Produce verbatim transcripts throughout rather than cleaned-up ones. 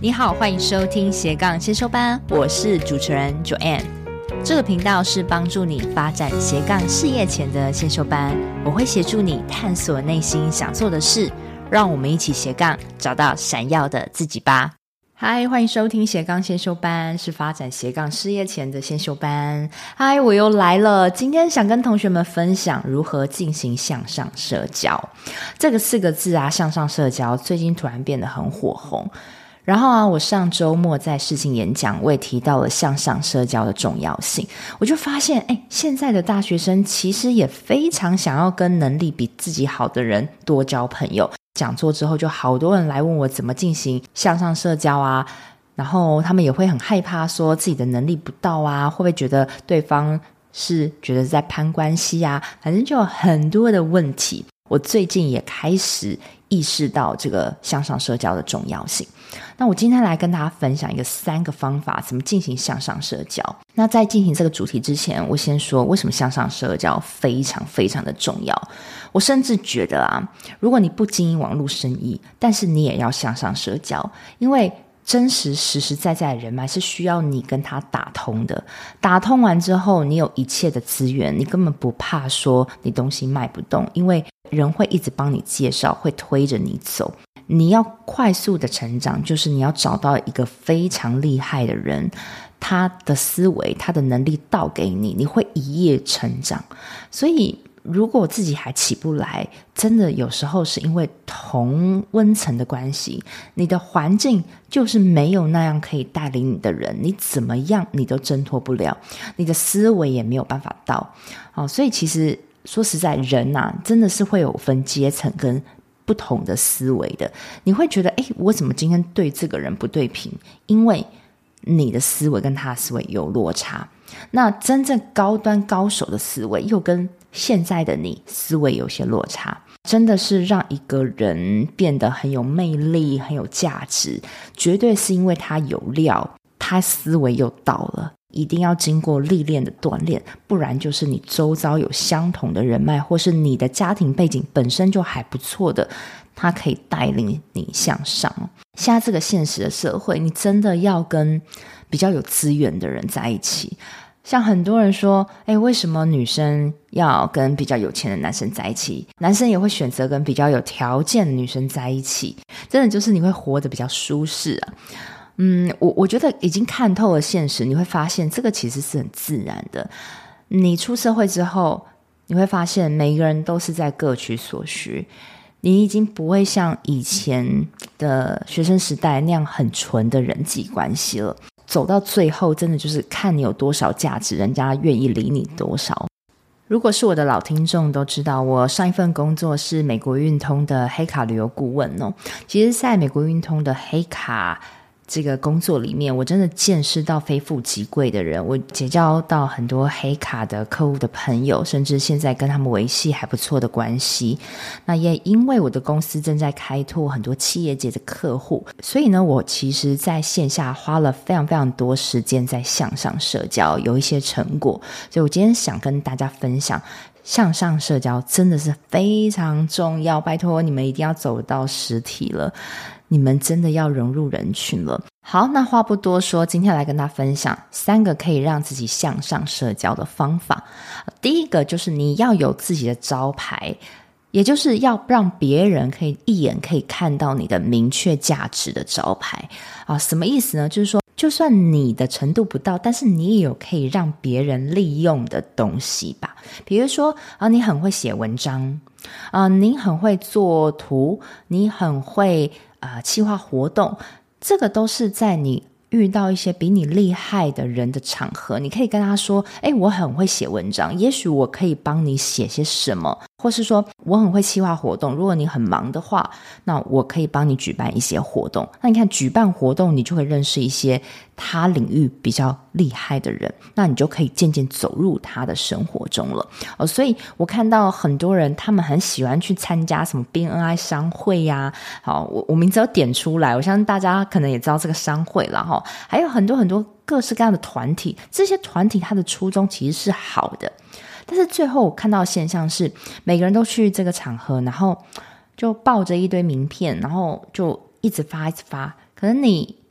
你好，欢迎收听斜杠先修班，我是主持人 Joanne。 这个频道是帮助你发展斜杠事业前的先修班，我会协助你探索内心想做的事，让我们一起斜杠找到闪耀的自己吧。嗨，欢迎收听斜杠先修班，是发展斜杠事业前的先修班。嗨，我又来了，今天想跟同学们分享如何进行向上社交。这个四个字啊，向上社交最近突然变得很火红。然后啊，我上周末在世青演讲，我也提到了向上社交的重要性。我就发现，哎，现在的大学生其实也非常想要跟能力比自己好的人多交朋友。讲座之后，就好多人来问我怎么进行向上社交啊，然后他们也会很害怕说自己的能力不到啊，会不会觉得对方是觉得在攀关系啊，反正就有很多的问题。我最近也开始意识到这个向上社交的重要性。那我今天来跟大家分享一个三个方法，怎么进行向上社交。那在进行这个主题之前，我先说为什么向上社交非常非常的重要。我甚至觉得啊，如果你不经营网络生意，但是你也要向上社交，因为真实实实在在的人脉是需要你跟他打通的。打通完之后，你有一切的资源，你根本不怕说你东西卖不动，因为人会一直帮你介绍，会推着你走。你要快速的成长，就是你要找到一个非常厉害的人，他的思维他的能力倒给你，你会一夜成长。所以如果自己还起不来，真的有时候是因为同温层的关系，你的环境就是没有那样可以带领你的人，你怎么样你都挣脱不了，你的思维也没有办法到、哦、所以其实说实在，人啊真的是会有分阶层跟不同的思维的。你会觉得诶，我怎么今天对这个人不对平，因为你的思维跟他的思维有落差。那真正高端高手的思维又跟现在的你思维有些落差，真的是让一个人变得很有魅力很有价值，绝对是因为他有料，他思维又到了。一定要经过历练的锻炼，不然就是你周遭有相同的人脉，或是你的家庭背景本身就还不错的，他可以带领你向上。现在这个现实的社会，你真的要跟比较有资源的人在一起。像很多人说，诶，为什么女生要跟比较有钱的男生在一起，男生也会选择跟比较有条件的女生在一起，真的就是你会活得比较舒适啊。嗯，我我觉得已经看透了现实，你会发现这个其实是很自然的。你出社会之后，你会发现每个人都是在各取所需，你已经不会像以前的学生时代那样很纯的人际关系了。走到最后，真的就是看你有多少价值，人家愿意理你多少。如果是我的老听众都知道，我上一份工作是美国运通的黑卡旅游顾问哦。其实在美国运通的黑卡这个工作里面，我真的见识到非富即贵的人，我结交到很多黑卡的客户的朋友，甚至现在跟他们维系还不错的关系。那也因为我的公司正在开拓很多企业界的客户，所以呢，我其实在线下花了非常非常多时间在向上社交，有一些成果。所以我今天想跟大家分享，向上社交真的是非常重要，拜托你们一定要走到实体了，你们真的要融入人群了。好，那话不多说，今天来跟大家分享三个可以让自己向上社交的方法。第一个就是你要有自己的招牌，也就是要让别人可以一眼可以看到你的明确价值的招牌啊。什么意思呢？就是说就算你的程度不到，但是你也有可以让别人利用的东西吧。比如说啊，你很会写文章啊，你很会做图，你很会呃企划活动，这个都是在你遇到一些比你厉害的人的场合，你可以跟他说，诶，我很会写文章，也许我可以帮你写些什么，或是说我很会企划活动，如果你很忙的话，那我可以帮你举办一些活动。那你看举办活动，你就会认识一些他领域比较厉害的人，那你就可以渐渐走入他的生活中了、哦、所以我看到很多人他们很喜欢去参加什么 B N I 商会呀、啊，好，我我名字有点出来，我相信大家可能也知道这个商会啦、哦、还有很多很多各式各样的团体，这些团体它的初衷其实是好的，但是最后我看到的现象是每个人都去这个场合，然后就抱着一堆名片，然后就一直发一直发，可能你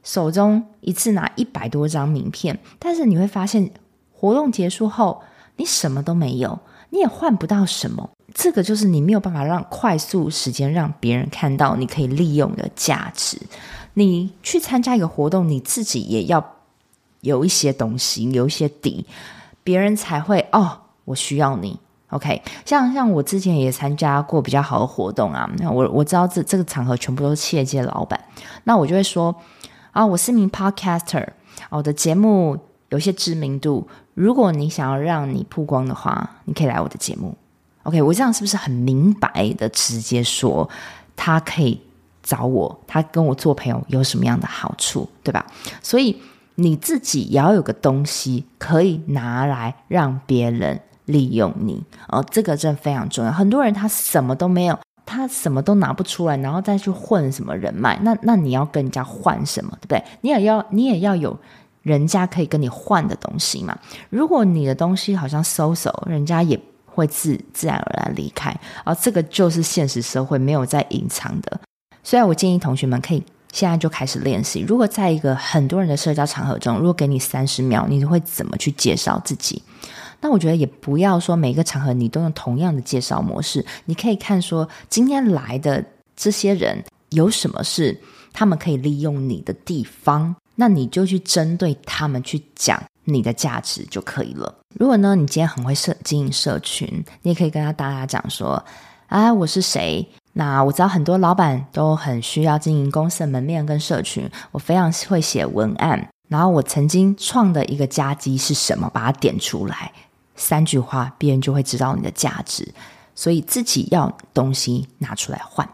手中一次拿一百多张名片，但是你会发现活动结束后你什么都没有，你也换不到什么。这个就是你没有办法让快速时间让别人看到你可以利用的价值。你去参加一个活动，你自己也要有一些东西，有一些底，别人才会哦，我需要你。OK， 像像我之前也参加过比较好的活动啊，那我我知道这这个场合全部都是企业界的老板，那我就会说啊，我是名 podcaster， 我的节目有些知名度，如果你想要让你曝光的话，你可以来我的节目。OK， 我这样是不是很明白的直接说他可以找我，他跟我做朋友有什么样的好处，对吧？所以你自己也要有个东西可以拿来让别人利用你、哦、这个真的非常重要。很多人他什么都没有，他什么都拿不出来，然后再去混什么人脉，那那你要跟人家换什么，对不对？你也要你也要有人家可以跟你换的东西嘛。如果你的东西好像收手，人家也会自自然而然离开、哦、这个就是现实社会没有在隐藏的。所以我建议同学们可以现在就开始练习，如果在一个很多人的社交场合中，如果给你三十秒，你会怎么去介绍自己？那我觉得也不要说每个场合你都用同样的介绍模式，你可以看说今天来的这些人有什么是他们可以利用你的地方，那你就去针对他们去讲你的价值就可以了。如果呢你今天很会社经营社群，你也可以跟大家讲说啊，我是谁，那我知道很多老板都很需要经营公司的门面跟社群，我非常会写文案，然后我曾经创的一个佳绩是什么，把它点出来，三句话别人就会知道你的价值。所以自己要东西拿出来换。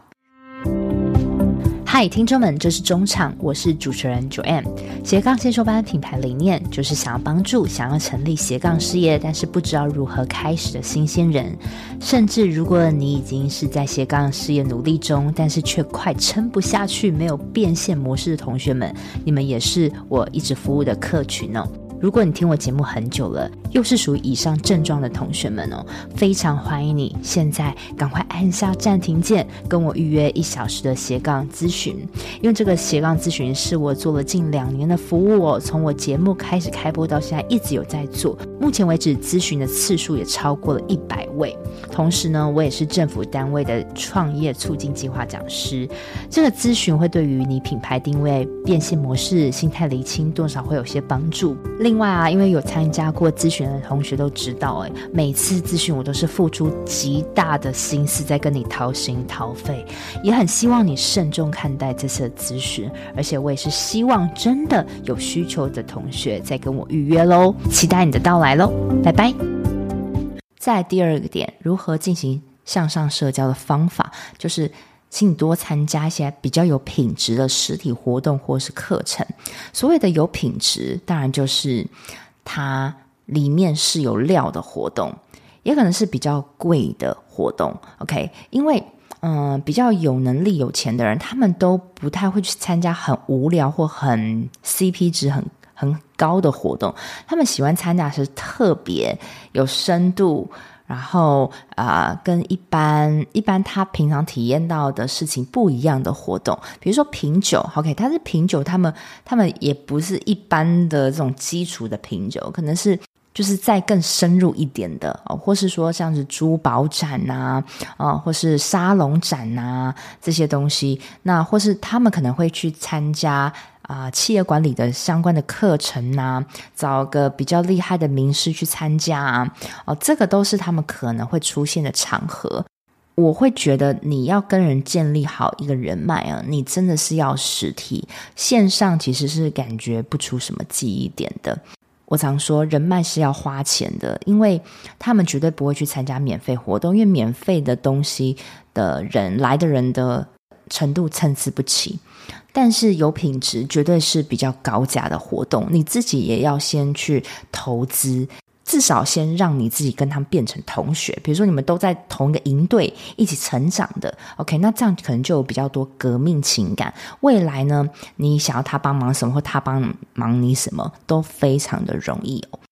嗨，听众们，这是中场，我是主持人 Joanne。 斜杠先修班品牌理念就是想要帮助想要成立斜杠事业但是不知道如何开始的新鲜人，甚至如果你已经是在斜杠事业努力中但是却快撑不下去没有变现模式的同学们，你们也是我一直服务的客群哦。如果你听我节目很久了，又是属于以上症状的同学们哦，非常欢迎你现在赶快按下暂停键，跟我预约一小时的斜杠咨询。因为这个斜杠咨询是我做了近两年的服务哦，从我节目开始开播到现在一直有在做，目前为止咨询的次数也超过了一百位。同时呢，我也是政府单位的创业促进计划讲师。这个咨询会对于你品牌定位、变现模式、心态厘清多少会有些帮助。另外啊，因为有参加过咨询的同学都知道，诶，每次咨询我都是付出极大的心思在跟你掏心掏肺，也很希望你慎重看待这次的咨询，而且我也是希望真的有需求的同学再跟我预约咯，期待你的到来咯，拜拜。再来第二个点，如何进行向上社交的方法，就是请你多参加一些比较有品质的实体活动或是课程。所谓的有品质，当然就是它里面是有料的活动，也可能是比较贵的活动 OK， 因为嗯、呃，比较有能力有钱的人，他们都不太会去参加很无聊或很 C P 值很很高的活动，他们喜欢参加的是特别有深度，然后啊、呃，跟一般一般他平常体验到的事情不一样的活动。比如说品酒 OK， 他是品酒，他们他们也不是一般的这种基础的品酒，可能是就是再更深入一点的、哦、或是说像是珠宝展啊、呃、或是沙龙展啊这些东西，那或是他们可能会去参加啊、呃，企业管理的相关的课程啊，找个比较厉害的名师去参加啊，哦，这个都是他们可能会出现的场合。我会觉得你要跟人建立好一个人脉啊，你真的是要实体，线上其实是感觉不出什么记忆点的。我常说人脉是要花钱的，因为他们绝对不会去参加免费活动，因为免费的东西的人来的人的程度参差不齐，但是有品质绝对是比较高价的活动，你自己也要先去投资，至少先让你自己跟他们变成同学，比如说你们都在同一个营队一起成长的 OK， 那这样可能就有比较多革命情感，未来呢你想要他帮忙什么或他帮忙你什么都非常的容易哦。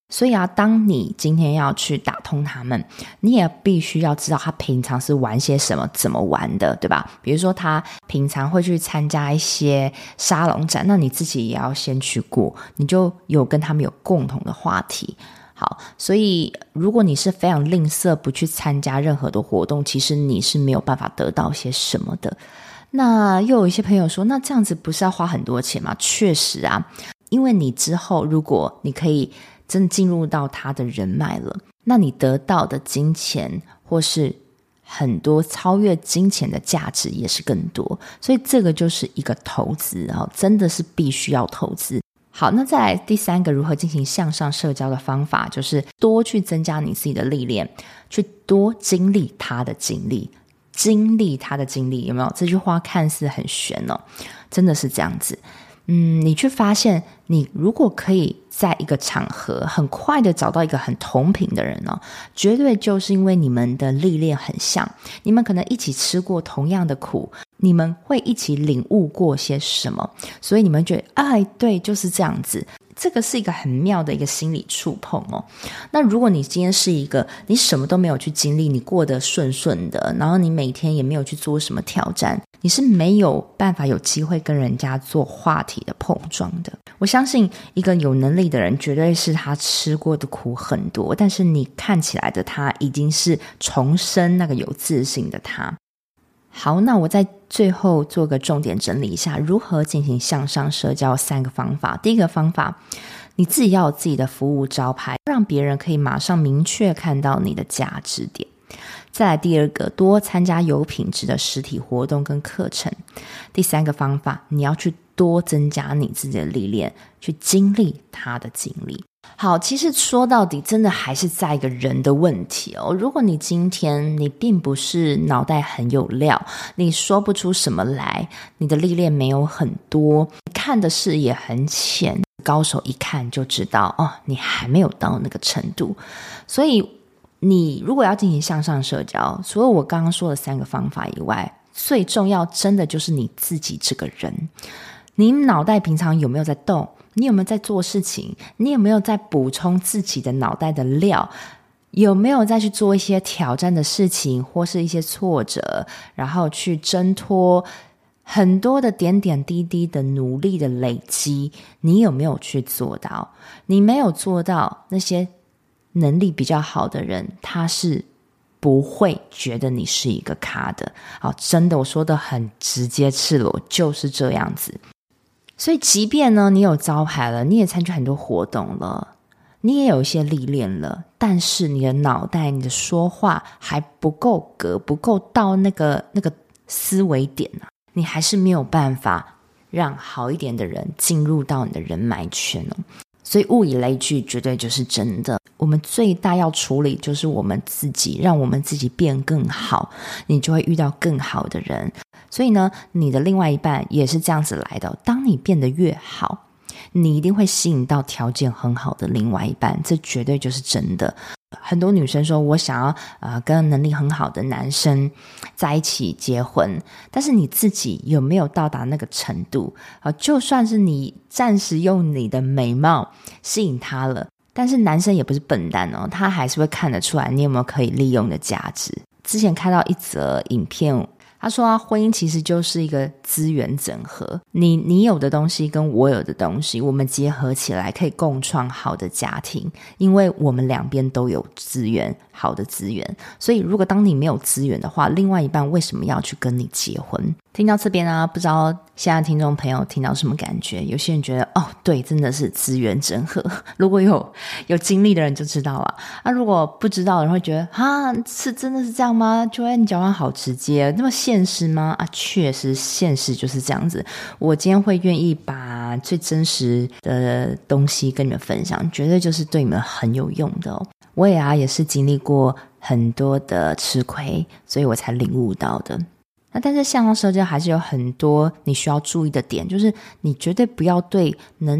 所以啊，当你今天要去打通他们，你也必须要知道他平常是玩些什么，怎么玩的，对吧？比如说他平常会去参加一些沙龙展，那你自己也要先去过，你就有跟他们有共同的话题。好，所以如果你是非常吝啬不去参加任何的活动，其实你是没有办法得到些什么的。那又有一些朋友说，那这样子不是要花很多钱吗？确实啊，因为你之后如果你可以真的进入到他的人脉了，那你得到的金钱或是很多超越金钱的价值也是更多，所以这个就是一个投资，真的是必须要投资。好，那再来第三个如何进行向上社交的方法，就是多去增加你自己的历练，去多经历他的经历，经历他的经历，有没有？这句话看似很玄哦，真的是这样子。嗯，你去发现，你如果可以在一个场合很快的找到一个很同频的人哦，绝对就是因为你们的历练很像，你们可能一起吃过同样的苦，你们会一起领悟过些什么，所以你们觉得，哎，对，就是这样子。这个是一个很妙的一个心理触碰哦。那如果你今天是一个你什么都没有去经历，你过得顺顺的，然后你每天也没有去做什么挑战，你是没有办法有机会跟人家做话题的碰撞的。我相信一个有能力的人绝对是他吃过的苦很多，但是你看起来的他已经是重生那个有自信的他。好，那我在最后做个重点整理一下如何进行向上社交三个方法。第一个方法，你自己要有自己的服务招牌，让别人可以马上明确看到你的价值点。再来第二个，多参加有品质的实体活动跟课程。第三个方法，你要去多增加你自己的历练，去经历他的经历。好，其实说到底真的还是在一个人的问题哦。如果你今天你并不是脑袋很有料，你说不出什么来，你的历练没有很多，你看的视野很浅，高手一看就知道哦，你还没有到那个程度。所以你如果要进行向上社交，除了我刚刚说的三个方法以外，最重要真的就是你自己这个人。你脑袋平常有没有在动？你有没有在做事情？你有没有在补充自己的脑袋的料？有没有再去做一些挑战的事情，或是一些挫折，然后去挣脱很多的点点滴滴的努力的累积？你有没有去做到？你没有做到，那些能力比较好的人，他是不会觉得你是一个咖的。好，真的，我说的很直接赤裸，就是这样子。所以即便呢你有招牌了，你也参加很多活动了，你也有一些历练了，但是你的脑袋，你的说话还不够格，不够到那个那个思维点啊，你还是没有办法让好一点的人进入到你的人脉圈哦。所以物以类聚绝对就是真的，我们最大要处理就是我们自己，让我们自己变更好，你就会遇到更好的人。所以呢，你的另外一半也是这样子来的，当你变得越好，你一定会吸引到条件很好的另外一半，这绝对就是真的。很多女生说我想要呃跟能力很好的男生在一起结婚，但是你自己有没有到达那个程度？呃、就算是你暂时用你的美貌吸引他了，但是男生也不是笨蛋哦，他还是会看得出来你有没有可以利用的价值。之前看到一则影片，他说啊，婚姻其实就是一个资源整合，你你有的东西跟我有的东西，我们结合起来可以共创好的家庭，因为我们两边都有资源，好的资源。所以如果当你没有资源的话，另外一半为什么要去跟你结婚？听到这边啊，不知道现在听众朋友听到什么感觉？有些人觉得哦，对，真的是资源整合。如果有有经历的人就知道了啊，如果不知道的人会觉得啊，是真的是这样吗？Joanne，你讲话好直接，那么现实吗？啊，确实现实就是这样子。我今天会愿意把最真实的东西跟你们分享，绝对就是对你们很有用的哦。我也啊也是经历过很多的吃亏，所以我才领悟到的。那但是向上社交还是有很多你需要注意的点，就是你绝对不要对能力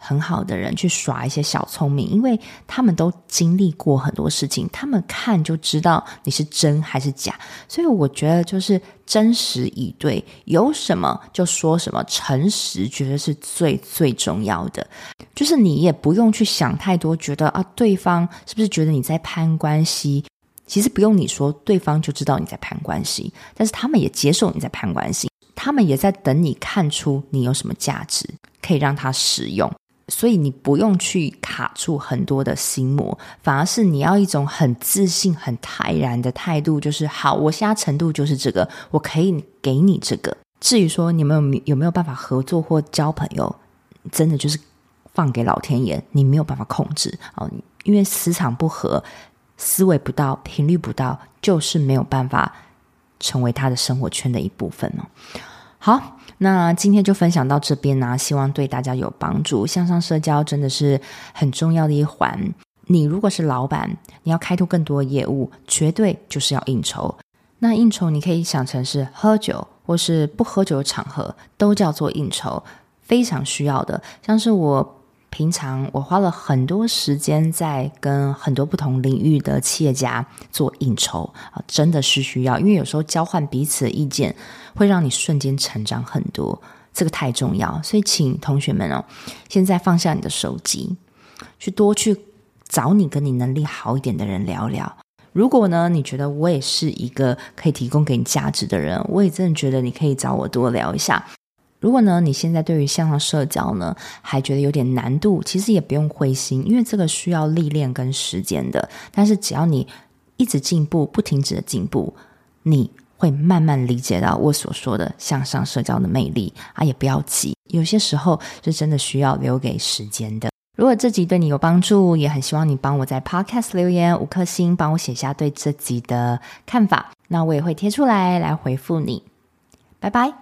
很好的人去耍一些小聪明，因为他们都经历过很多事情，他们看就知道你是真还是假。所以我觉得就是真实以对，有什么就说什么，诚实觉得是最最重要的。就是你也不用去想太多，觉得啊对方是不是觉得你在攀关系，其实不用你说，对方就知道你在攀关系，但是他们也接受你在攀关系，他们也在等你看出你有什么价值可以让他使用。所以你不用去卡住很多的心魔，反而是你要一种很自信很泰然的态度，就是好，我现在程度就是这个，我可以给你这个。至于说你们有有没有办法合作或交朋友，真的就是放给老天爷，你没有办法控制、哦、因为磁场不合，思维不到，频率不到，就是没有办法成为他的生活圈的一部分哦。好，那今天就分享到这边啊，希望对大家有帮助。向上社交真的是很重要的一环，你如果是老板，你要开拓更多业务，绝对就是要应酬。那应酬你可以想成是喝酒或是不喝酒的场合，都叫做应酬，非常需要的。像是我平常我花了很多时间在跟很多不同领域的企业家做应酬、啊、真的是需要，因为有时候交换彼此的意见会让你瞬间成长很多，这个太重要。所以请同学们哦，现在放下你的手机，去多去找你跟你能力好一点的人聊聊。如果呢你觉得我也是一个可以提供给你价值的人，我也真的觉得你可以找我多聊一下。如果呢你现在对于向上社交呢还觉得有点难度，其实也不用灰心，因为这个需要历练跟时间的，但是只要你一直进步，不停止的进步，你会慢慢理解到我所说的向上社交的魅力啊，也不要急，有些时候是真的需要留给时间的。如果这集对你有帮助，也很希望你帮我在 Podcast 留言五颗星，帮我写下对这集的看法，那我也会贴出来来回复你。拜拜。